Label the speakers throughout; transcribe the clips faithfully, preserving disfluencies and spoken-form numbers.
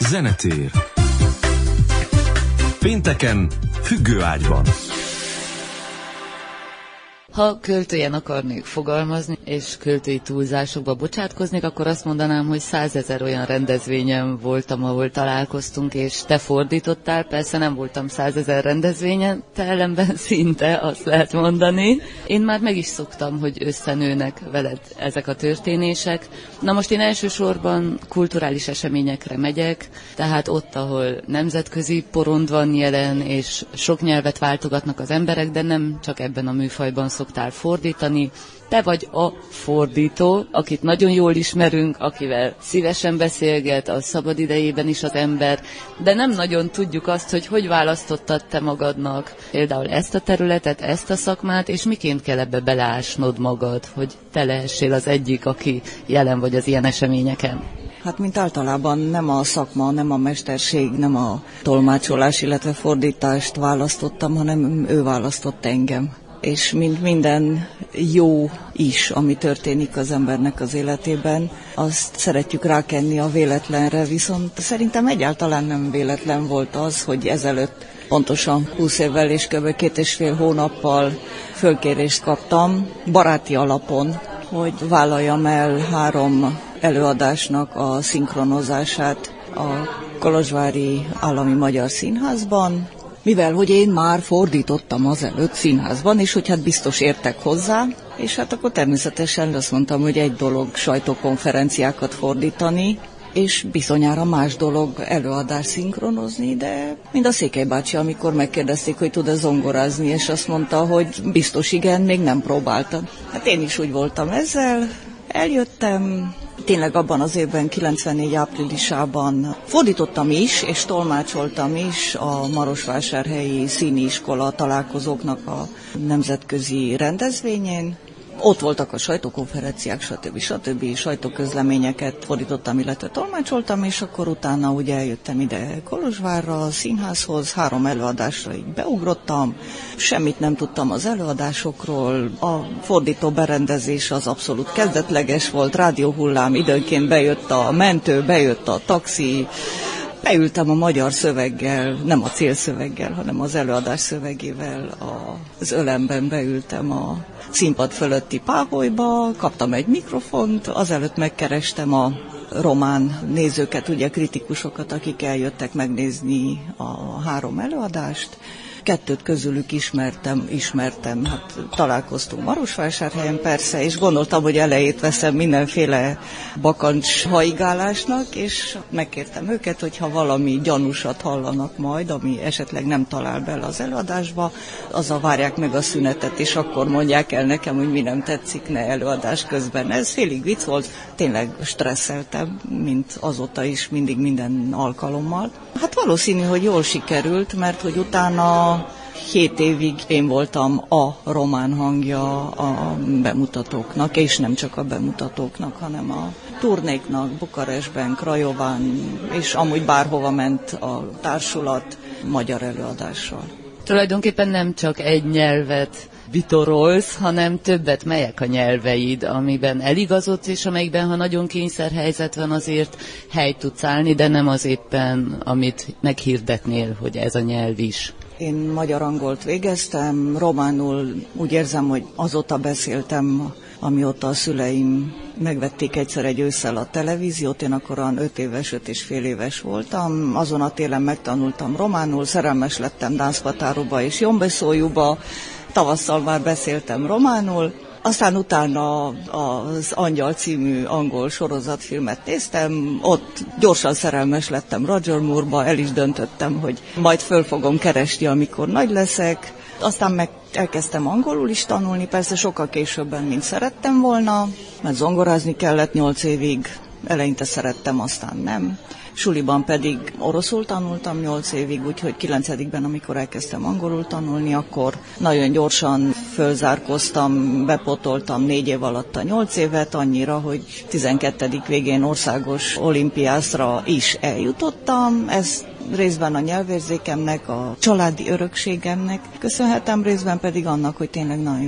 Speaker 1: Zenetér. Pénteken Függőágyban.
Speaker 2: Ha költőjen akarnék fogalmazni, és költői túlzásokba bocsátkoznék, akkor azt mondanám, hogy százezer olyan rendezvényen voltam, ahol találkoztunk, és te fordítottál. Persze nem voltam százezer rendezvényen, te ellenben szinte, azt lehet mondani. Én már meg is szoktam, hogy összenőnek veled ezek a történések. Na most én elsősorban kulturális eseményekre megyek, tehát ott, ahol nemzetközi porond van jelen, és sok nyelvet váltogatnak az emberek, de nem csak ebben a műfajban szoktál fordítani. Te vagy a fordító, akit nagyon jól ismerünk, akivel szívesen beszélget a szabad idejében is az ember, de nem nagyon tudjuk azt, hogy hogy választottad te magadnak például ezt a területet, ezt a szakmát, és miként kell ebbe beleásnod magad, hogy te lehessél az egyik, aki jelen vagy az ilyen eseményeken.
Speaker 3: Hát mint általában nem a szakma, nem a mesterség, nem a tolmácsolás, illetve fordítást választottam, hanem ő választott engem. És mint minden jó is, ami történik az embernek az életében, azt szeretjük rákenni a véletlenre, viszont szerintem egyáltalán nem véletlen volt az, hogy ezelőtt pontosan húsz évvel és kb. két és fél hónappal fölkérést kaptam baráti alapon, hogy vállaljam el három előadásnak a szinkronozását a Kolozsvári Állami Magyar Színházban, mivel hogy én már fordítottam azelőtt színházban, és hogy hát biztos értek hozzá, és hát akkor természetesen azt mondtam, hogy egy dolog sajtókonferenciákat fordítani, és bizonyára más dolog előadást szinkronozni, de mind a Székely bácsi, amikor megkérdezték, hogy tud-e zongorázni, és azt mondta, hogy biztos igen, még nem próbáltam. Hát én is úgy voltam ezzel, eljöttem. Tényleg abban az évben, kilencvennégy áprilisában fordítottam is, és tolmácsoltam is a Marosvásárhelyi Színiiskola találkozóknak a nemzetközi rendezvényén. Ott voltak a sajtókonferenciák, stb. stb. Sajtóközleményeket fordítottam, illetve tolmácsoltam, és akkor utána ugye eljöttem ide Kolozsvárra, a színházhoz, három előadásra így beugrottam, semmit nem tudtam az előadásokról, a fordító berendezés az abszolút kezdetleges volt, rádióhullám, időnként bejött a mentő, bejött a taxi, beültem a magyar szöveggel, nem a célszöveggel, hanem az előadás szövegével, az ölemben beültem a színpad fölötti páholyba, kaptam egy mikrofont, azelőtt megkerestem a román nézőket, ugye kritikusokat, akik eljöttek megnézni a három előadást. Kettőt közülük ismertem, ismertem, hát találkoztunk Marosvásárhelyen persze, és gondoltam, hogy elejét veszem mindenféle bakancs haigálásnak, és megkértem őket, hogy ha valami gyanúsat hallanak majd, ami esetleg nem talál bele az előadásba, azzal várják meg a szünetet, és akkor mondják el nekem, hogy mi nem tetszik ne előadás közben. Ez félig vicc volt, tényleg stresszeltem, mint azóta is mindig minden alkalommal. Hát valószínű, hogy jól sikerült, mert hogy utána hét évig én voltam a román hangja a bemutatóknak, és nem csak a bemutatóknak, hanem a turnéknak, Bukarestben, Craiován, és amúgy bárhova ment a társulat magyar előadással.
Speaker 2: Tulajdonképpen nem csak egy nyelvet vitorolsz, hanem többet. Melyek a nyelveid, amiben eligazodsz, és amelyikben, ha nagyon kényszerhelyzet van, azért helyt tudsz állni, de nem az éppen, amit meghirdetnél, hogy ez a nyelv is.
Speaker 3: Én magyar-angolt végeztem, románul úgy érzem, hogy azóta beszéltem, amióta a szüleim megvették egyszer egy ősszel a televíziót, én akkor olyan öt éves, öt és fél éves voltam, azon a télen megtanultam románul, szerelmes lettem Dánszpatáróba és Jombeszólyúba, tavasszal már beszéltem románul, aztán utána az Angyal című angol sorozatfilmet néztem, ott gyorsan szerelmes lettem Roger Moore-ba, el is döntöttem, hogy majd föl fogom keresni, amikor nagy leszek. Aztán meg elkezdtem angolul is tanulni, persze sokkal későbben, mint szerettem volna, mert zongorázni kellett nyolc évig, eleinte szerettem, aztán nem. Suliban pedig oroszul tanultam nyolc évig, úgyhogy kilencedikben, amikor elkezdtem angolul tanulni, akkor nagyon gyorsan fölzárkoztam, bepotoltam négy év alatt a nyolc évet, annyira, hogy tizenkettedik végén országos olimpiászra is eljutottam. Ez részben a nyelvérzékemnek, a családi örökségemnek köszönhetem, részben pedig annak, hogy tényleg nagyon jó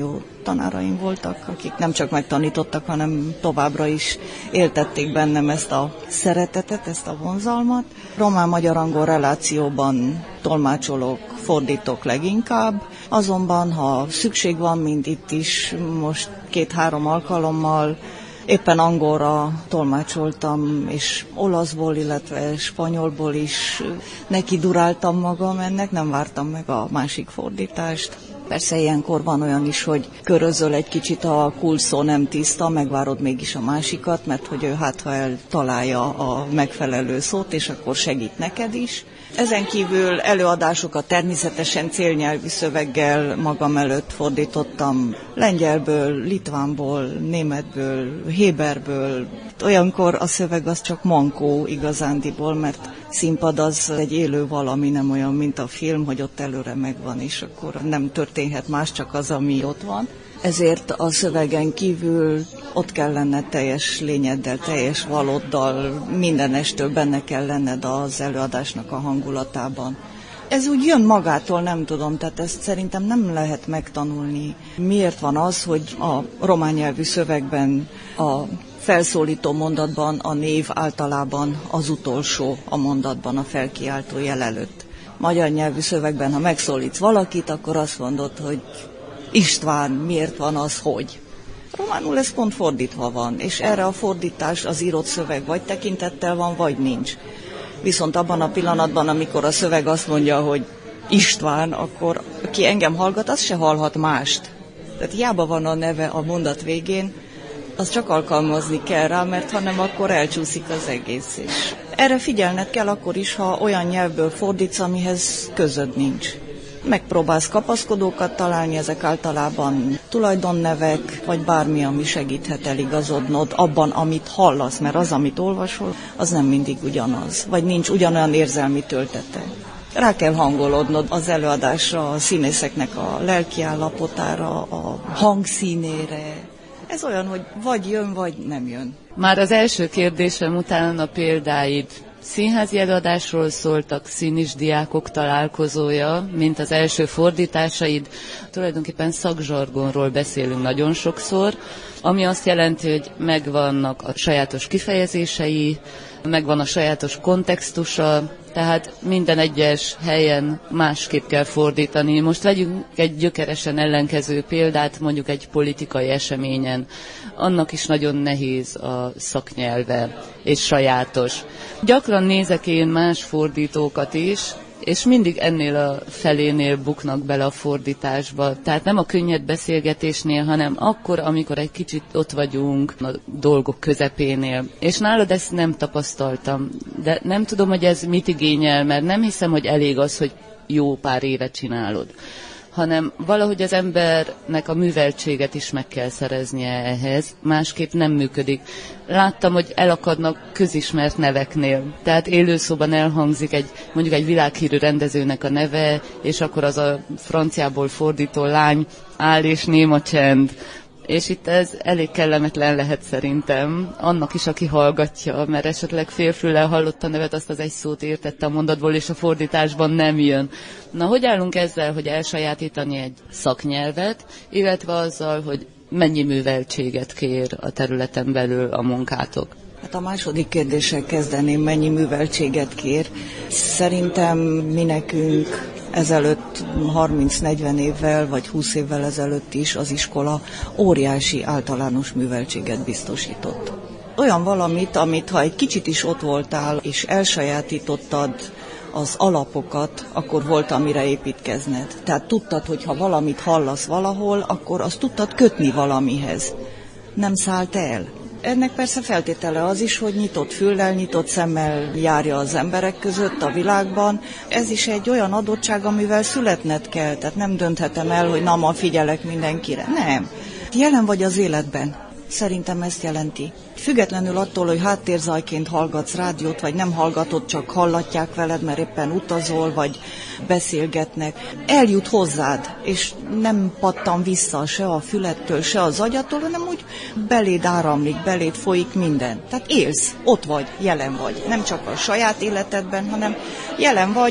Speaker 3: tanáraim voltak, akik nem csak megtanítottak, hanem továbbra is éltették bennem ezt a szeretetet, ezt a vonzalmat. Román-magyar-angol relációban tolmácsolok, fordítok leginkább, azonban ha szükség van, mint itt is, most két-három alkalommal éppen angolra tolmácsoltam, és olaszból, illetve spanyolból is neki duráltam magam ennek, nem vártam meg a másik fordítást. Persze ilyenkor van olyan is, hogy körözöl egy kicsit, a kulcsszó nem tiszta, megvárod mégis a másikat, mert hogy ő hát, ha eltalálja a megfelelő szót, és akkor segít neked is. Ezen kívül előadásokat természetesen célnyelvű szöveggel magam előtt fordítottam, lengyelből, litvánból, németből, héberből. Olyankor a szöveg az csak mankó igazándiból, mert színpad az egy élő valami, nem olyan, mint a film, hogy ott előre megvan, és akkor nem történhet más, csak az, ami ott van. Ezért a szövegen kívül ott kell lenned teljes lényeddel, teljes valóddal, mindenestől benne kell lenned az előadásnak a hangulatában. Ez úgy jön magától, nem tudom, tehát ezt szerintem nem lehet megtanulni. Miért van az, hogy a román nyelvű szövegben a felszólító mondatban a név általában az utolsó a mondatban, a felkiáltó jel előtt. Magyar nyelvű szövegben, ha megszólítsz valakit, akkor azt mondod, hogy István, miért van az, hogy? Románul ez pont fordítva van, és erre a fordítás az írott szöveg vagy tekintettel van, vagy nincs. Viszont abban a pillanatban, amikor a szöveg azt mondja, hogy István, akkor aki engem hallgat, az se hallhat mást. Tehát hiába van a neve a mondat végén, azt csak alkalmazni kell rá, mert ha nem, akkor elcsúszik az egész is. Erre figyelned kell akkor is, ha olyan nyelvből fordítsz, amihez közöd nincs. Megpróbálsz kapaszkodókat találni, ezek általában tulajdonnevek, vagy bármi, ami segíthet eligazodnod abban, amit hallasz, mert az, amit olvasol, az nem mindig ugyanaz, vagy nincs ugyanolyan érzelmi töltete. Rá kell hangolódnod az előadásra, a színészeknek a lelkiállapotára, a hangszínére. Ez olyan, hogy vagy jön, vagy nem jön.
Speaker 2: Már az első kérdésem után a példáid színházi előadásról szóltak, színis diákok találkozója, mint az első fordításaid. Tulajdonképpen szakzsargonról beszélünk nagyon sokszor, ami azt jelenti, hogy megvannak a sajátos kifejezései, megvan a sajátos kontextusa, tehát minden egyes helyen másképp kell fordítani. Most vegyünk egy gyökeresen ellenkező példát, mondjuk egy politikai eseményen. Annak is nagyon nehéz a szaknyelve, és sajátos. Gyakran nézek én más fordítókat is, és mindig ennél a felénél buknak bele a fordításba. Tehát nem a könnyed beszélgetésnél, hanem akkor, amikor egy kicsit ott vagyunk a dolgok közepénél. És nálad ezt nem tapasztaltam, de nem tudom, hogy ez mit igényel, mert nem hiszem, hogy elég az, hogy jó pár éve csinálod, hanem valahogy az embernek a műveltséget is meg kell szereznie ehhez, másképp nem működik. Láttam, hogy elakadnak közismert neveknél, tehát élőszóban elhangzik egy, mondjuk egy világhírű rendezőnek a neve, és akkor az a franciából fordító lány áll és néma csend. És itt ez elég kellemetlen lehet szerintem, annak is, aki hallgatja, mert esetleg félfüllel hallotta a nevet, azt az egy szót értette a mondatból, és a fordításban nem jön. Na, hogy állunk ezzel, hogy elsajátítani egy szaknyelvet, illetve azzal, hogy mennyi műveltséget kér a területen belül a munkátok?
Speaker 3: Hát a második kérdéssel kezdeném, mennyi műveltséget kér. Szerintem mi nekünk ezelőtt harminc-negyven évvel, vagy húsz évvel ezelőtt is az iskola óriási általános műveltséget biztosított. Olyan valamit, amit ha egy kicsit is ott voltál, és elsajátítottad az alapokat, akkor volt, amire építkezned. Tehát tudtad, hogy ha valamit hallasz valahol, akkor azt tudtad kötni valamihez. Nem szállt el. Ennek persze feltétele az is, hogy nyitott füllel, nyitott szemmel járja az emberek között a világban. Ez is egy olyan adottság, amivel születned kell, tehát nem dönthetem el, hogy na, ma figyelek mindenkire. Nem. Jelen vagy az életben. Szerintem ezt jelenti. Függetlenül attól, hogy háttérzajként hallgatsz rádiót, vagy nem hallgatod, csak hallatják veled, mert éppen utazol, vagy beszélgetnek. Eljut hozzád, és nem pattan vissza se a fülettől, se az agyattól, hanem úgy beléd áramlik, beléd folyik minden. Tehát élsz, ott vagy, jelen vagy. Nem csak a saját életedben, hanem jelen vagy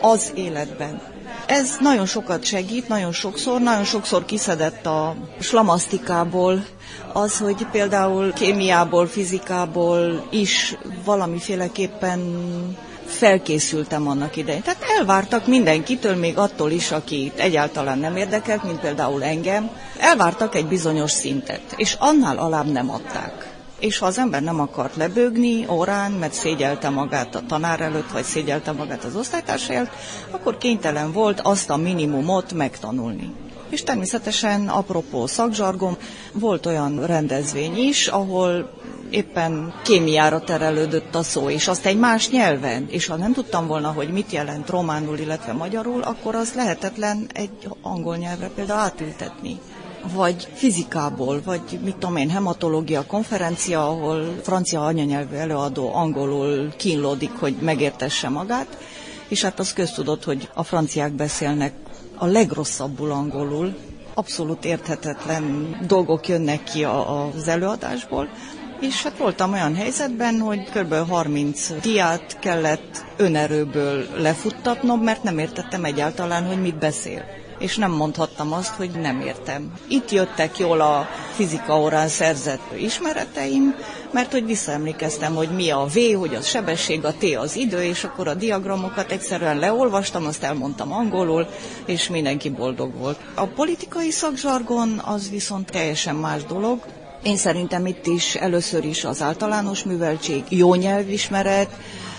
Speaker 3: az életben. Ez nagyon sokat segít, nagyon sokszor, nagyon sokszor kiszedett a slamasztikából az, hogy például kémiából, fizikából is valamiféleképpen felkészültem annak idején. Tehát elvártak mindenkitől, még attól is, aki egyáltalán nem érdekelt, mint például engem, elvártak egy bizonyos szintet, és annál alább nem adták. És ha az ember nem akart lebőgni órán, mert szégyelte magát a tanár előtt, vagy szégyelte magát az osztálytársa előtt, akkor kénytelen volt azt a minimumot megtanulni. És természetesen, apropó szakzsargon, volt olyan rendezvény is, ahol éppen kémiára terelődött a szó, és azt egy más nyelven, és ha nem tudtam volna, hogy mit jelent románul, illetve magyarul, akkor az lehetetlen egy angol nyelvre például átültetni. Vagy fizikából, vagy mit tudom én, hematológia konferencia, ahol francia anyanyelvű előadó angolul kínlódik, hogy megértesse magát, és hát az köztudott, hogy a franciák beszélnek a legrosszabbul angolul, abszolút érthetetlen dolgok jönnek ki a, az előadásból, és hát voltam olyan helyzetben, hogy kb. harminc diát kellett önerőből lefuttatnom, mert nem értettem egyáltalán, hogy mit beszél. És nem mondhattam azt, hogy nem értem. Itt jöttek jól a fizika órán szerzett ismereteim, mert hogy visszaemlékeztem, hogy mi a V, hogy az sebesség, a T az idő, és akkor a diagramokat egyszerűen leolvastam, azt elmondtam angolul, és mindenki boldog volt. A politikai szakzsargon az viszont teljesen más dolog. Én szerintem itt is először is az általános műveltség, jó nyelvismeret,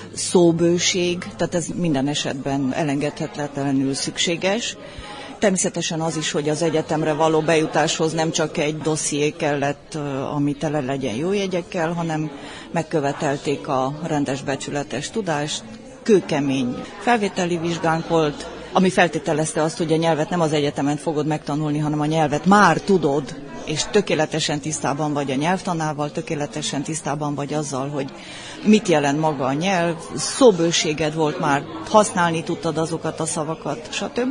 Speaker 3: szóbőség, tehát ez minden esetben elengedhetetlenül szükséges. Természetesen az is, hogy az egyetemre való bejutáshoz nem csak egy dosszié kellett, ami tele legyen jó jegyekkel, hanem megkövetelték a rendes becsületes tudást, kőkemény felvételi vizsgánk volt, ami feltételezte azt, hogy a nyelvet nem az egyetemen fogod megtanulni, hanem a nyelvet már tudod, és tökéletesen tisztában vagy a nyelvtanával, tökéletesen tisztában vagy azzal, hogy mit jelent maga a nyelv, szóbőséged volt már, használni tudtad azokat a szavakat, stb.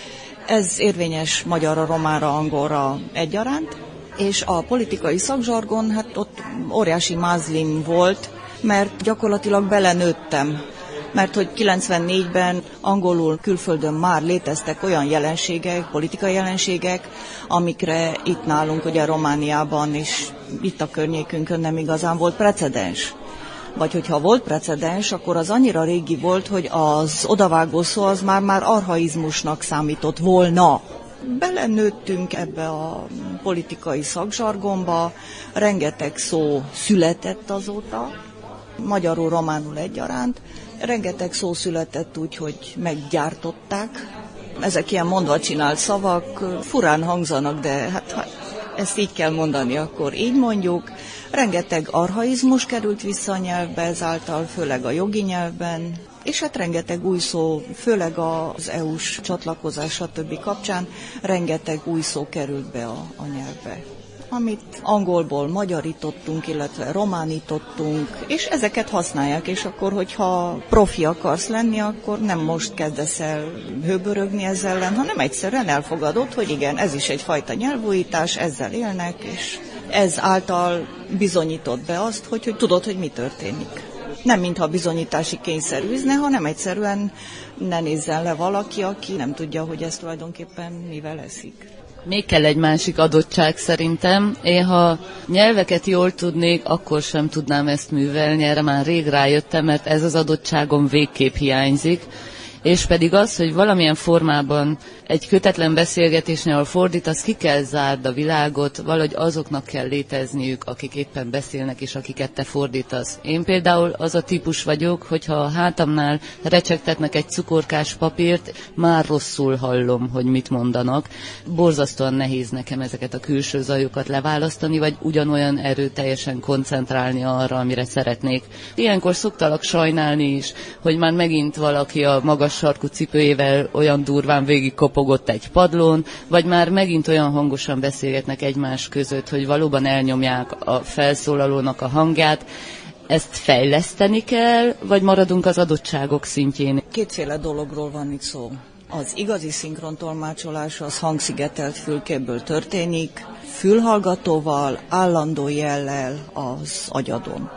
Speaker 3: Ez érvényes magyarra, románra, angolra egyaránt, és a politikai szakzsargon, hát ott óriási mázlim volt, mert gyakorlatilag belenőttem. Mert hogy kilencvennégyben angolul külföldön már léteztek olyan jelenségek, politikai jelenségek, amikre itt nálunk, ugye Romániában és itt a környékünkön nem igazán volt precedens. Vagy hogyha volt precedens, akkor az annyira régi volt, hogy az odavágó szó az már-már archaizmusnak számított volna. Belenőttünk ebbe a politikai szakzsargonba, rengeteg szó született azóta, magyarul, románul egyaránt, rengeteg szó született úgy, hogy meggyártották. Ezek ilyen mondva csinált szavak, furán hangzanak, de hát ha ezt így kell mondani, akkor így mondjuk. Rengeteg archaizmus került vissza a nyelvbe ezáltal, főleg a jogi nyelvben, és hát rengeteg új szó, főleg az é u-s csatlakozás stb. Kapcsán, rengeteg új szó került be a, a nyelvbe, amit angolból magyarítottunk, illetve románítottunk, és ezeket használják, és akkor, hogyha profi akarsz lenni, akkor nem most kezdesz el hőbörögni ezzel ellen, hanem egyszerűen elfogadod, hogy igen, ez is egyfajta nyelvújítás, ezzel élnek, és ez által bizonyítod be azt, hogy, hogy tudod, hogy mi történik. Nem mintha bizonyítási kényszer üzne, hanem egyszerűen ne nézzen le valaki, aki nem tudja, hogy ez tulajdonképpen mivel eszik.
Speaker 2: Még kell egy másik adottság szerintem. Én ha nyelveket jól tudnék, akkor sem tudnám ezt művelni, erre már rég rájöttem, mert ez az adottságom végképp hiányzik. És pedig az, hogy valamilyen formában egy kötetlen beszélgetésnél, ahol fordítasz, ki kell zárd a világot, valahogy azoknak kell létezniük, akik éppen beszélnek, és akiket te fordítasz. Én például az a típus vagyok, hogyha a hátamnál recsegtetnek egy cukorkás papírt, már rosszul hallom, hogy mit mondanak. Borzasztóan nehéz nekem ezeket a külső zajokat leválasztani, vagy ugyanolyan erőteljesen koncentrálni arra, amire szeretnék. Ilyenkor szoktalak sajnálni is, hogy már megint valaki a magas sarkú cipőjével olyan durván végig kopogott egy padlón, vagy már megint olyan hangosan beszélgetnek egymás között, hogy valóban elnyomják a felszólalónak a hangját. Ezt fejleszteni kell, vagy maradunk az adottságok szintjén?
Speaker 3: Kétféle dologról van itt szó. Az igazi szinkrontolmácsolás az hangszigetelt fülkéből történik, fülhallgatóval, állandó jellel az agyadon.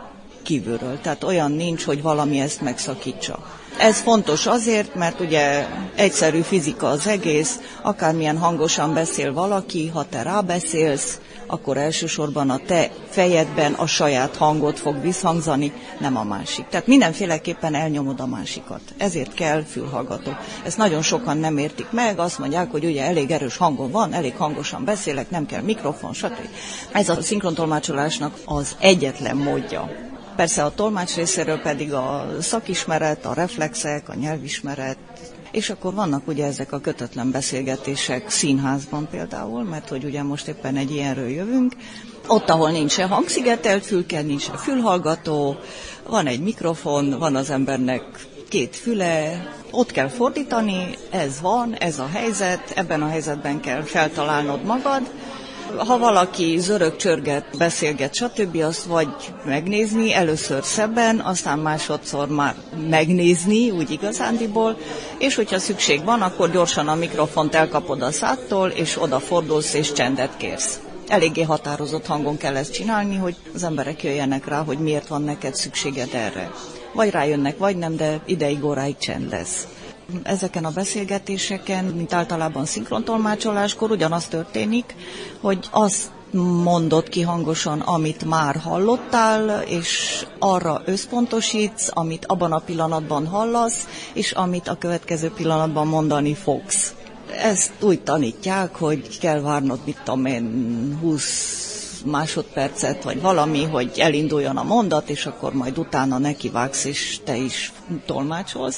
Speaker 3: kívülről. Tehát olyan nincs, hogy valami ezt megszakítsa. Ez fontos azért, mert ugye egyszerű fizika az egész, akármilyen hangosan beszél valaki, ha te rábeszélsz, akkor elsősorban a te fejedben a saját hangot fog visszhangzani, nem a másik. Tehát mindenféleképpen elnyomod a másikat. Ezért kell fülhallgató. Ezt nagyon sokan nem értik meg, azt mondják, hogy ugye elég erős hangom van, elég hangosan beszélek, nem kell mikrofon, stb. Ez a szinkrontolmácsolásnak az egyetlen módja. Persze a tolmács részéről pedig a szakismeret, a reflexek, a nyelvismeret, és akkor vannak ugye ezek a kötetlen beszélgetések színházban például, mert hogy ugye most éppen egy ilyenről jövünk. Ott, ahol nincs se hangszigetelt fülke, nincs se fülhallgató, van egy mikrofon, van az embernek két füle, ott kell fordítani, ez van, ez a helyzet, ebben a helyzetben kell feltalálnod magad. Ha valaki zörög, csörget, beszélget, stb., azt vagy megnézni, először szebben, aztán másodszor már megnézni, úgy igazándiból, és hogyha szükség van, akkor gyorsan a mikrofont elkapod a szádtól, és odafordulsz, és csendet kérsz. Eléggé határozott hangon kell ezt csinálni, hogy az emberek jöjjenek rá, hogy miért van neked szükséged erre. Vagy rájönnek, vagy nem, de ideig, óráig csendez. Ezeken a beszélgetéseken, mint általában szinkrontolmácsoláskor ugyanaz történik, hogy azt mondod ki hangosan, amit már hallottál, és arra összpontosítsz, amit abban a pillanatban hallasz, és amit a következő pillanatban mondani fogsz. Ezt úgy tanítják, hogy kell várnod, mit tudom én, húsz másodpercet, vagy valami, hogy elinduljon a mondat, és akkor majd utána nekivágsz, és te is tolmácsolsz.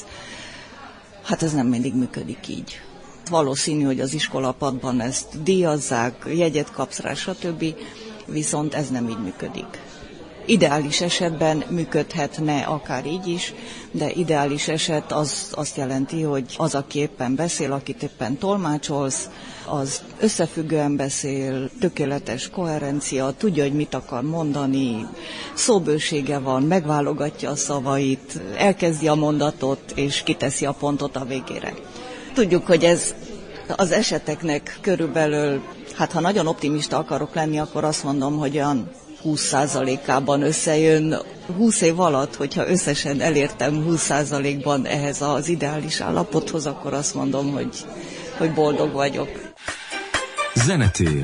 Speaker 3: Hát ez nem mindig működik így. Valószínű, hogy az iskolapadban ezt díjazzák, jegyet kapsz rá, stb., viszont ez nem így működik. Ideális esetben működhetne akár így is, de ideális eset az azt jelenti, hogy az, aki éppen beszél, akit éppen tolmácsolsz, az összefüggően beszél, tökéletes koherencia, tudja, hogy mit akar mondani, szóbősége van, megválogatja a szavait, elkezdi a mondatot, és kiteszi a pontot a végére. Tudjuk, hogy ez az eseteknek körülbelül, hát ha nagyon optimista akarok lenni, akkor azt mondom, hogy olyan húsz százalékában összejön. húsz év alatt, hogyha összesen elértem húsz százalékban ehhez az ideális állapothoz, akkor azt mondom, hogy, hogy boldog vagyok.
Speaker 1: Zenetér.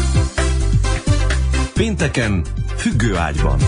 Speaker 1: Pénteken Függőágyban.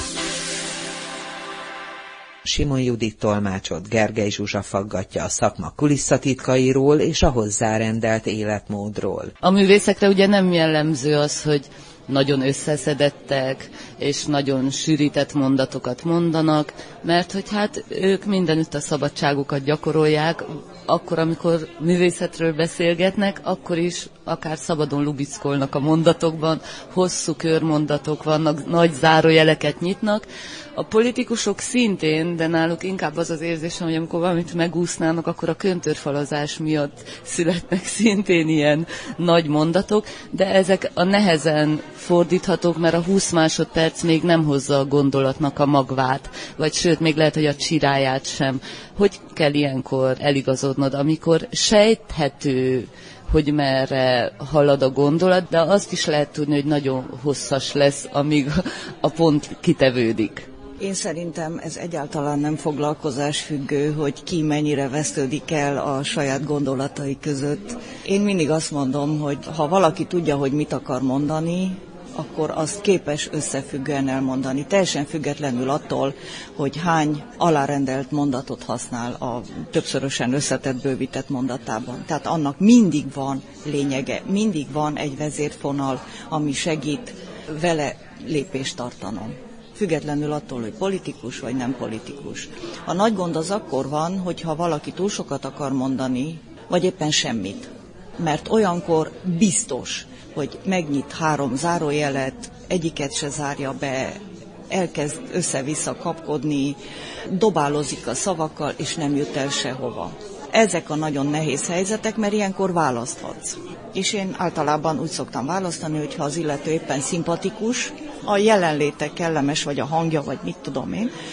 Speaker 4: Simon Judit tolmácsot Gergely Zsuzsa faggatja a szakma kulisszatitkairól és a hozzárendelt életmódról.
Speaker 2: A művészekre ugye nem jellemző az, hogy nagyon összeszedettek, és nagyon sűrített mondatokat mondanak, mert hogy hát ők mindenütt a szabadságukat gyakorolják, akkor, amikor művészetről beszélgetnek, akkor is akár szabadon lubickolnak a mondatokban, hosszú körmondatok vannak, nagy zárójeleket nyitnak. A politikusok szintén, de náluk inkább az az érzésem, hogy amikor valamit megúsznának, akkor a köntörfalazás miatt születnek szintén ilyen nagy mondatok, de ezek a nehezen fordíthatók, mert a húsz másodperc még nem hozza a gondolatnak a magvát, vagy sőt, még lehet, hogy a csiráját sem. Hogy kell ilyenkor eligazodnod, amikor sejthető, hogy merre halad a gondolat, de azt is lehet tudni, hogy nagyon hosszas lesz, amíg a pont kitevődik.
Speaker 3: Én szerintem ez egyáltalán nem foglalkozásfüggő, hogy ki mennyire vesztődik el a saját gondolatai között. Én mindig azt mondom, hogy ha valaki tudja, hogy mit akar mondani, akkor azt képes összefüggően elmondani. Teljesen függetlenül attól, hogy hány alárendelt mondatot használ a többszörösen összetett, bővített mondatában. Tehát annak mindig van lényege, mindig van egy vezérfonal, ami segít vele lépést tartanom. Függetlenül attól, hogy politikus vagy nem politikus. A nagy gond az akkor van, hogyha valaki túl sokat akar mondani, vagy éppen semmit. Mert olyankor biztos, hogy megnyit három zárójelet, egyiket se zárja be, elkezd össze-vissza kapkodni, dobálozik a szavakkal, és nem jut el sehova. Ezek a nagyon nehéz helyzetek, mert ilyenkor választhatsz. És én általában úgy szoktam választani, hogyha az illető éppen szimpatikus, a jelenléte kellemes, vagy a hangja, vagy mit tudom én,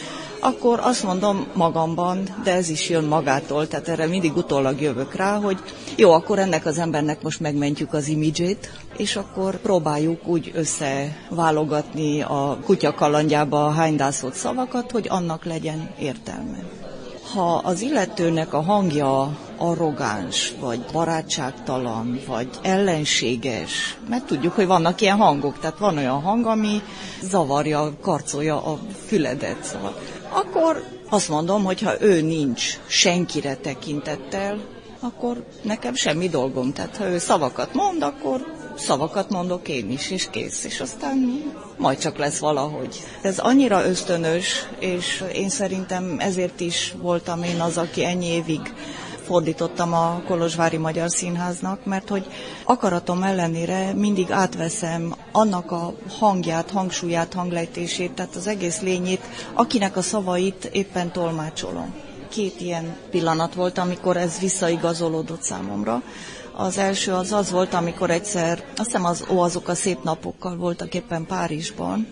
Speaker 3: akkor azt mondom magamban, de ez is jön magától, tehát erre mindig utólag jövök rá, hogy jó, akkor ennek az embernek most megmentjük az imidzsét, és akkor próbáljuk úgy összeválogatni a kutya kalandjába a hánydászott szavakat, hogy annak legyen értelme. Ha az illetőnek a hangja arrogáns, vagy barátságtalan, vagy ellenséges, mert tudjuk, hogy vannak ilyen hangok, tehát van olyan hang, ami zavarja, karcolja a füledet, szóval. Akkor azt mondom, hogy ha ő nincs senkire tekintettel, akkor nekem semmi dolgom. Tehát ha ő szavakat mond, akkor szavakat mondok én is, és kész. És aztán majd csak lesz valahogy. Ez annyira ösztönös, és én szerintem ezért is voltam én az, aki ennyi évig fordítottam a Kolozsvári Magyar Színháznak, mert hogy akaratom ellenére mindig átveszem annak a hangját, hangsúlyát, hanglejtését, tehát az egész lényét, akinek a szavait éppen tolmácsolom. Két ilyen pillanat volt, amikor ez visszaigazolódott számomra. Az első az az volt, amikor egyszer, azt hiszem az, ó, azok a szép napokkal voltak éppen Párizsban,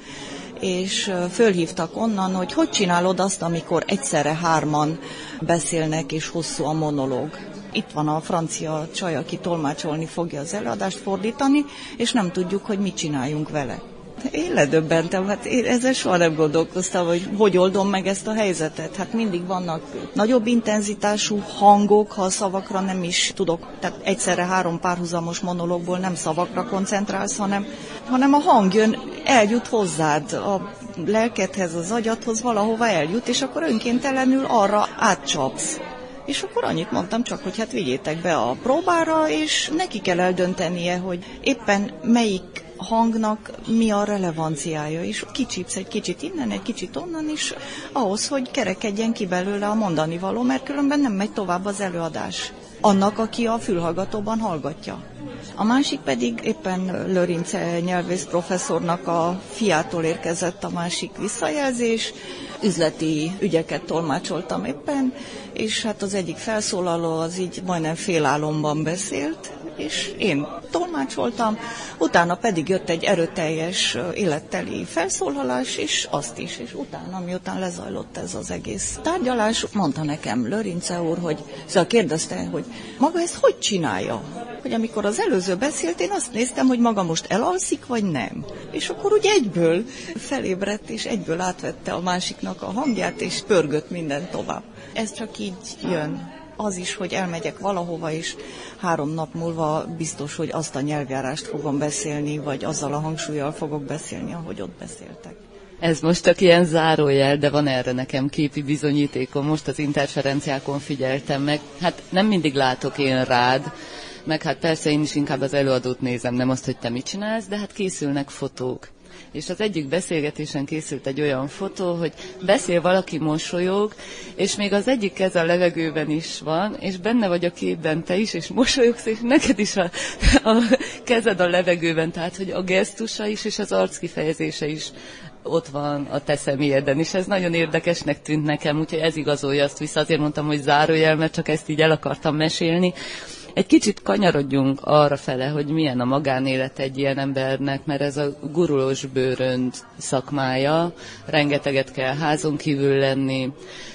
Speaker 3: és fölhívtak onnan, hogy hogy csinálod azt, amikor egyszerre hárman beszélnek, és hosszú a monológ. Itt van a francia csaj, aki tolmácsolni fogja az előadást, fordítani, és nem tudjuk, hogy mit csináljunk vele. Én ledöbbentem, hát én ezzel soha nem gondolkoztam, hogy hogy oldom meg ezt a helyzetet. Hát mindig vannak nagyobb intenzitású hangok, ha a szavakra nem is tudok, tehát egyszerre három párhuzamos monológból nem szavakra koncentrálsz, hanem, hanem a hang jön, eljut hozzád, a lelkedhez, az agyadhoz, valahova eljut, és akkor önkéntelenül arra átcsapsz. És akkor annyit mondtam csak, hogy hát vigyétek be a próbára, és neki kell eldöntenie, hogy éppen melyik hangnak mi a relevanciája, és kicsípsz egy kicsit innen, egy kicsit onnan is, ahhoz, hogy kerekedjen ki belőle a mondani való, mert különben nem megy tovább az előadás. Annak, aki a fülhallgatóban hallgatja. A másik pedig éppen Lőrince nyelvész professzornak a fiától érkezett a másik visszajelzés, üzleti ügyeket tolmácsoltam éppen, és hát az egyik felszólaló az így majdnem félálomban beszélt, és én tolmácsoltam, utána pedig jött egy erőteljes, életteli felszólalás, és azt is, és utána, miután lezajlott ez az egész tárgyalás, mondta nekem Lőrince úr, hogy szóval kérdezte, hogy maga ezt hogy csinálja? Hogy amikor az előző beszélt, én azt néztem, hogy maga most elalszik, vagy nem. És akkor úgy egyből felébredt, és egyből átvette a másiknak a hangját, és pörgött minden tovább. Ez csak így jön. Az is, hogy elmegyek valahova, és három nap múlva biztos, hogy azt a nyelvjárást fogom beszélni, vagy azzal a hangsúllyal fogok beszélni, ahogy ott beszéltek.
Speaker 2: Ez most csak ilyen zárójel, de van erre nekem képi bizonyítékom. Most az interferenciákon figyeltem meg. Hát nem mindig látok én rád, meg hát persze én is inkább az előadót nézem, nem azt, hogy te mit csinálsz, de hát készülnek fotók. És az egyik beszélgetésen készült egy olyan fotó, hogy beszél valaki, mosolyog, és még az egyik keze a levegőben is van, és benne vagy a képben te is, és mosolyogsz, és neked is a, a kezed a levegőben, tehát hogy a gesztusa is, és az arckifejezése is ott van a te személyeden, és ez nagyon érdekesnek tűnt nekem, úgyhogy ez igazolja azt vissza. Azért mondtam, hogy zárójel, mert csak ezt így el akartam mesélni. Egy kicsit kanyarodjunk arra fele, hogy milyen a magánélet egy ilyen embernek, mert ez a gurulós bőrönd szakmája, rengeteget kell házon kívül lenni,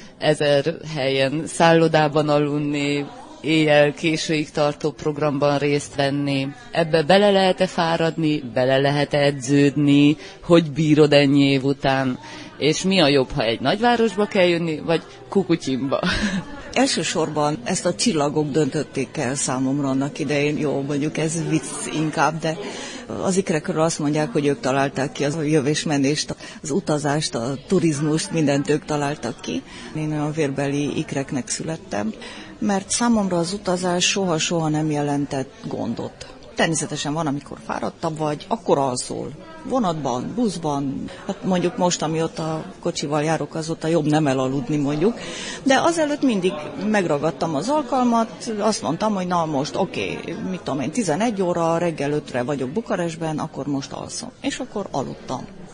Speaker 2: ezer helyen szállodában aludni, éjjel későig tartó programban részt venni. Ebbe bele lehet-e fáradni, bele lehet-e edződni, hogy bírod ennyi év után, és mi a jobb, ha egy nagyvárosba kell jönni, vagy Kukutyinba?
Speaker 3: Elsősorban ezt a csillagok döntötték el számomra annak idején, jó, mondjuk ez vicc inkább, de az ikrekről azt mondják, hogy ők találták ki az jövésmenést, az utazást, a turizmust, mindent ők találtak ki. Én olyan vérbeli ikreknek születtem, mert számomra az utazás soha-soha nem jelentett gondot. Természetesen van, amikor fáradtabb vagy, akkor alszol. Vonatban, buszban, hát mondjuk most, amióta kocsival járok, azóta jobb nem elaludni mondjuk, de azelőtt mindig megragadtam az alkalmat, azt mondtam, hogy na most oké, okay, mit tudom én, tizenegy óra, reggel ötre vagyok Bukarestben, akkor most alszom. És akkor aludtam.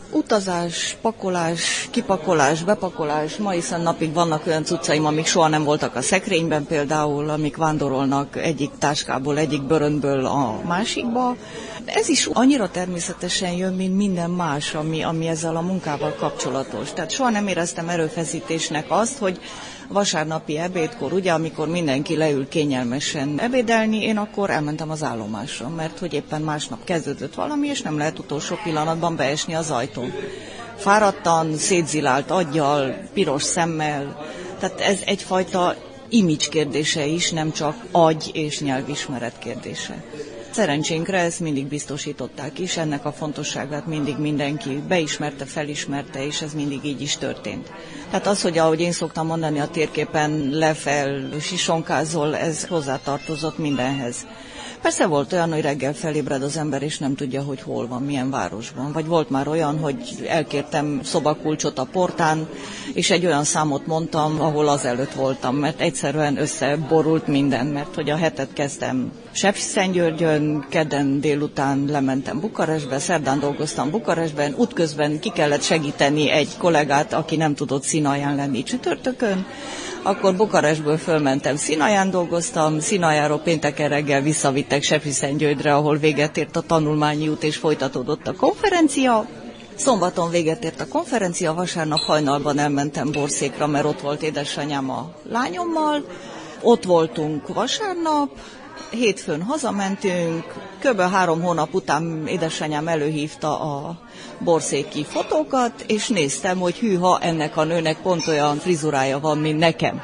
Speaker 3: Utazás, pakolás, kipakolás, bepakolás. Ma hiszen napig vannak olyan cuccaim, amik soha nem voltak a szekrényben például, amik vándorolnak egyik táskából, egyik bőrönből a másikba. Ez is annyira természetesen jön, mint minden más, ami, ami ezzel a munkával kapcsolatos. Tehát soha nem éreztem erőfeszítésnek azt, hogy vasárnapi ebédkor, ugye, amikor mindenki leül kényelmesen ebédelni, én akkor elmentem az állomásra, mert hogy éppen másnap kezdődött valami, és nem lehet utolsó pillanatban beesni az ajtón. Fáradtan, szétzilált aggyal, piros szemmel, tehát ez egyfajta image kérdése is, nem csak agy és nyelvismeret kérdése. Szerencsénkre ezt mindig biztosították is, ennek a fontosságát mindig mindenki beismerte, felismerte, és ez mindig így is történt. Tehát az, hogy ahogy én szoktam mondani, a térképen lefel, sisonkázol, ez hozzátartozott mindenhez. Persze volt olyan, hogy reggel felébred az ember, és nem tudja, hogy hol van, milyen városban. Vagy volt már olyan, hogy elkértem szobakulcsot a portán, és egy olyan számot mondtam, ahol azelőtt voltam, mert egyszerűen összeborult minden, mert hogy a hetet kezdtem Sepsiszentgyörgyön, kedden délután lementem Bukarestbe, szerdán dolgoztam Bukarestben, útközben ki kellett segíteni egy kollégát, aki nem tudott Színaján lenni csütörtökön, akkor Bukarestből fölmentem Színaján, dolgoztam, Színajáról pénteken reggel visszavittek Sepsiszentgyörgyre, ahol véget ért a tanulmányi út és folytatódott a konferencia. Szombaton véget ért a konferencia, vasárnap hajnalban elmentem Borszékra, mert ott volt édesanyám a lányommal. Ott voltunk vasárnap, hétfőn hazamentünk, kb. három hónap után édesanyám előhívta a borszéki fotókat, és néztem, hogy hűha, ennek a nőnek pont olyan frizurája van, mint nekem.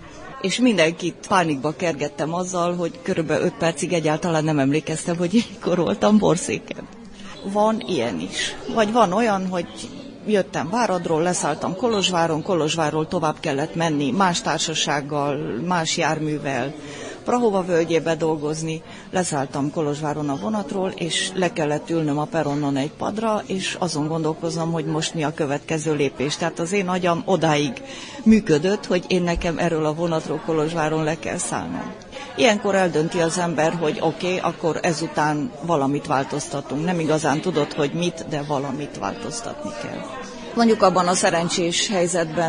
Speaker 3: És mindenkit pánikba kergettem azzal, hogy körülbelül öt percig egyáltalán nem emlékeztem, hogy én mikor voltam Borszéken. Van ilyen is. Vagy van olyan, hogy jöttem Váradról, leszálltam Kolozsváron, Kolozsvárról tovább kellett menni más társasággal, más járművel, Prahova völgyébe dolgozni, leszálltam Kolozsváron a vonatról, és le kellett ülnöm a peronnon egy padra, és azon gondolkozom, hogy most mi a következő lépés. Tehát az én agyam odáig működött, hogy én nekem erről a vonatról Kolozsváron le kell szállnom. Ilyenkor eldönti az ember, hogy oké, okay, akkor ezután valamit változtatunk. Nem igazán tudod, hogy mit, de valamit változtatni kell. Mondjuk abban a szerencsés helyzetben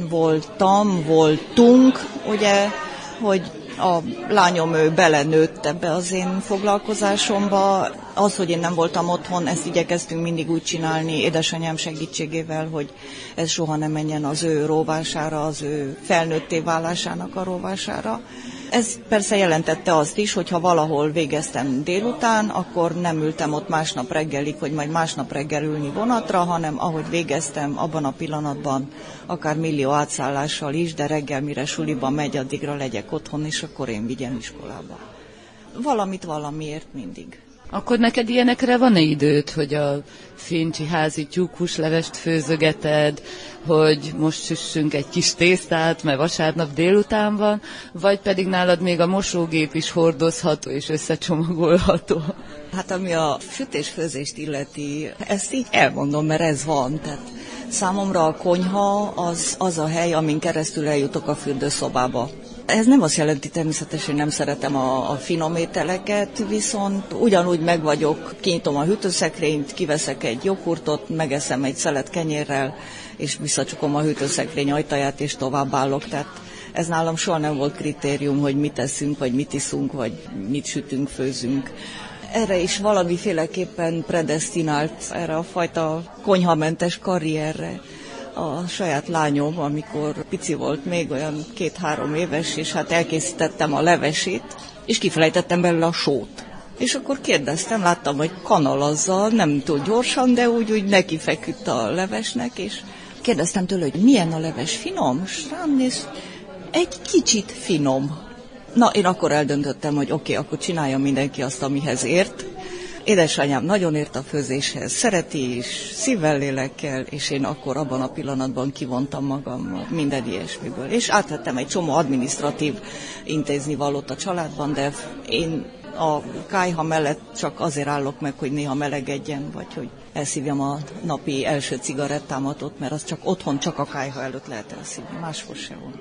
Speaker 3: voltam, voltunk, ugye, hogy a lányom ő belenőtt ebbe az én foglalkozásomba. Az, hogy én nem voltam otthon, ezt igyekeztünk mindig úgy csinálni édesanyám segítségével, hogy ez soha nem menjen az ő róvására, az ő felnőtté válásának a róvására. Ez persze jelentette azt is, hogy ha valahol végeztem délután, akkor nem ültem ott másnap reggelig, hogy majd másnap reggel ülni vonatra, hanem ahogy végeztem, abban a pillanatban akár millió átszállással is, de reggel mire suliba megy, addigra legyek otthon, és akkor én vigyem iskolába. Valamit valamiért mindig.
Speaker 2: Akkor neked ilyenekre van-e időd, hogy a fincsi házi tyúkhúslevest főzögeted, hogy most süssünk egy kis tésztát, mert vasárnap délután van, vagy pedig nálad még a mosógép is hordozható és összecsomagolható?
Speaker 3: Hát ami a sütés-főzést illeti, ezt így elmondom, mert ez van. Tehát számomra a konyha az, az a hely, amin keresztül eljutok a fürdőszobába. Ez nem azt jelenti természetesen, hogy nem szeretem a, a finom ételeket, viszont ugyanúgy meg vagyok, kinyitom a hűtőszekrényt, kiveszek egy joghurtot, megeszem egy szelet kenyérrel, és visszacsukom a hűtőszekrény ajtaját, és továbbállok. Tehát ez nálam soha nem volt kritérium, hogy mit eszünk, vagy mit iszunk, vagy mit sütünk, főzünk. Erre is valamiféleképpen predesztinált, erre a fajta konyhamentes karrierre. A saját lányom, amikor pici volt, még olyan két-három éves, és hát elkészítettem a levesét, és kifelejtettem belőle a sót. És akkor kérdeztem, láttam, hogy kanalazzal, nem túl gyorsan, de úgy, úgy neki feküdt a levesnek, és kérdeztem tőle, hogy milyen a leves, finom? És rám néz, egy kicsit finom. Na, én akkor eldöntöttem, hogy oké, okay, akkor csinálja mindenki azt, amihez ért. Édesanyám nagyon ért a főzéshez, szereti is, szívvel, lélekkel, és én akkor abban a pillanatban kivontam magam minden ilyesmiből. És átvettem egy csomó adminisztratív intéznivalót a családban, de én a kályha mellett csak azért állok meg, hogy néha melegedjen, vagy hogy elszívjam a napi első cigarettámat ott, mert az csak otthon csak a kályha előtt lehet elszívni, máshol se van.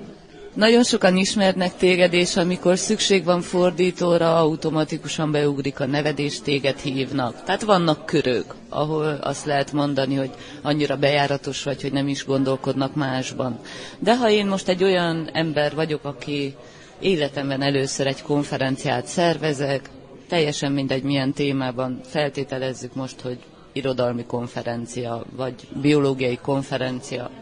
Speaker 2: Nagyon sokan ismernek téged, és amikor szükség van fordítóra, automatikusan beugrik a neved, és téged hívnak. Tehát vannak körök, ahol azt lehet mondani, hogy annyira bejáratos vagy, hogy nem is gondolkodnak másban. De ha én most egy olyan ember vagyok, aki életemben először egy konferenciát szervezek, teljesen mindegy milyen témában, feltételezzük most, hogy irodalmi konferencia, vagy biológiai konferencia,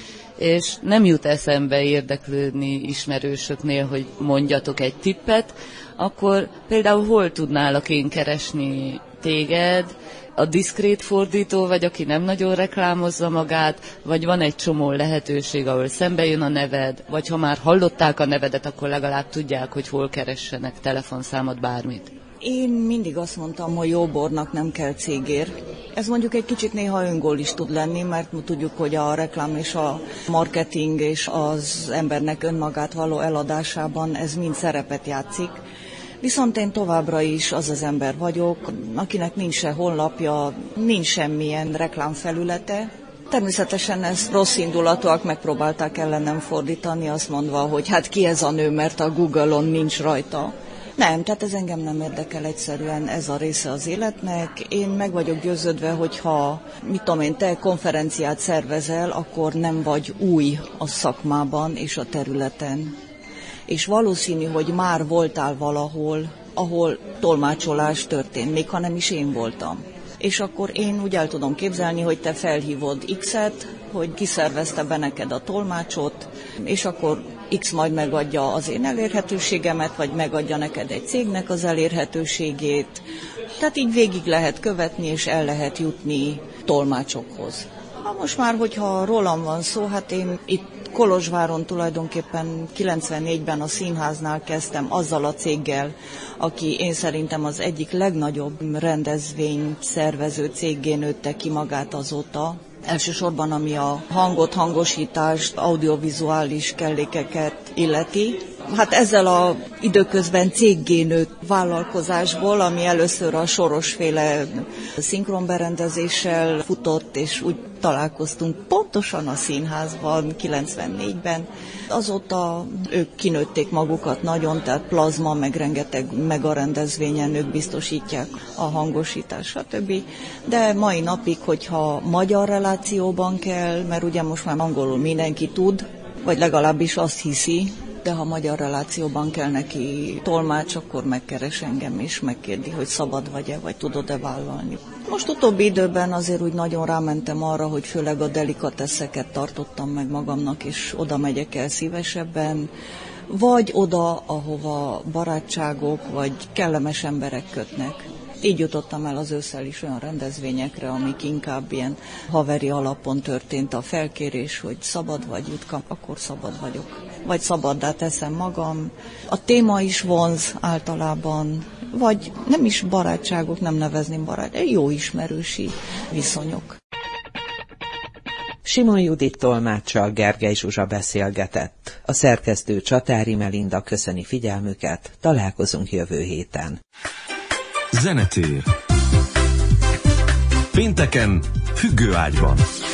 Speaker 2: és nem jut eszembe érdeklődni ismerősöknél, hogy mondjatok egy tippet, akkor például hol tudnálak én keresni téged? A diszkrét fordító vagy, aki nem nagyon reklámozza magát, vagy van egy csomó lehetőség, ahol szembe jön a neved, vagy ha már hallották a nevedet, akkor legalább tudják, hogy hol keressenek telefonszámot, bármit.
Speaker 3: Én mindig azt mondtam, hogy jó bornak nem kell cégér. Ez mondjuk egy kicsit néha öngól is tud lenni, mert tudjuk, hogy a reklám és a marketing és az embernek önmagát való eladásában ez mind szerepet játszik. Viszont én továbbra is az az ember vagyok, akinek nincs se honlapja, nincs semmilyen reklámfelülete. Természetesen ezt rossz indulatúak megpróbálták ellenem fordítani, azt mondva, hogy hát ki ez a nő, mert a Google-on nincs rajta. Nem, tehát ez engem nem érdekel, egyszerűen ez a része az életnek. Én meg vagyok győződve, hogyha, mit tudom én, te konferenciát szervezel, akkor nem vagy új a szakmában és a területen. És valószínű, hogy már voltál valahol, ahol tolmácsolás történt, még ha nem is én voltam. És akkor én úgy el tudom képzelni, hogy te felhívod X-et, hogy kiszervezte be neked a tolmácsot, és akkor X majd megadja az én elérhetőségemet, vagy megadja neked egy cégnek az elérhetőségét. Tehát így végig lehet követni, és el lehet jutni tolmácsokhoz. Ha most már, hogyha rólam van szó, hát én itt Kolozsváron tulajdonképpen kilencvennégyben a színháznál kezdtem azzal a céggel, aki én szerintem az egyik legnagyobb rendezvény szervező céggé nőtte ki magát azóta. Elsősorban ami a hangot, hangosítást, audiovizuális kellékeket illeti. Hát ezzel a időközben céggé nőtt vállalkozásból, ami először a Sorosféle szinkronberendezéssel futott, és úgy találkoztunk pontosan a színházban kilencvennégyben. Azóta ők kinőtték magukat nagyon, tehát plazma, meg rengeteg megarendezvényen ők biztosítják a hangosítást, stb. De mai napig, hogyha magyar relációban kell, mert ugye most már angolul mindenki tud, vagy legalábbis azt hiszi, de ha magyar relációban kell neki tolmács, akkor megkeres engem és megkérdi, hogy szabad vagy-e, vagy tudod-e vállalni. Most utóbbi időben azért úgy nagyon rámentem arra, hogy főleg a delikateszeket tartottam meg magamnak, és oda megyek el szívesebben, vagy oda, ahova barátságok, vagy kellemes emberek kötnek. Így jutottam el az ősszel is olyan rendezvényekre, amik inkább ilyen haveri alapon történt a felkérés, hogy szabad vagy, Jutka, akkor szabad vagyok. Vagy szabaddá teszem magam. A téma is vonz általában, vagy nem is barátságok, nem nevezném barát, de jó ismerősi viszonyok.
Speaker 4: Simon Judit tolmáccsal Gergely Zsuzsa beszélgetett. A szerkesztő Csatári Melinda köszöni figyelmüket, találkozunk jövő héten.
Speaker 1: Zenetér. Pénteken függőágyban.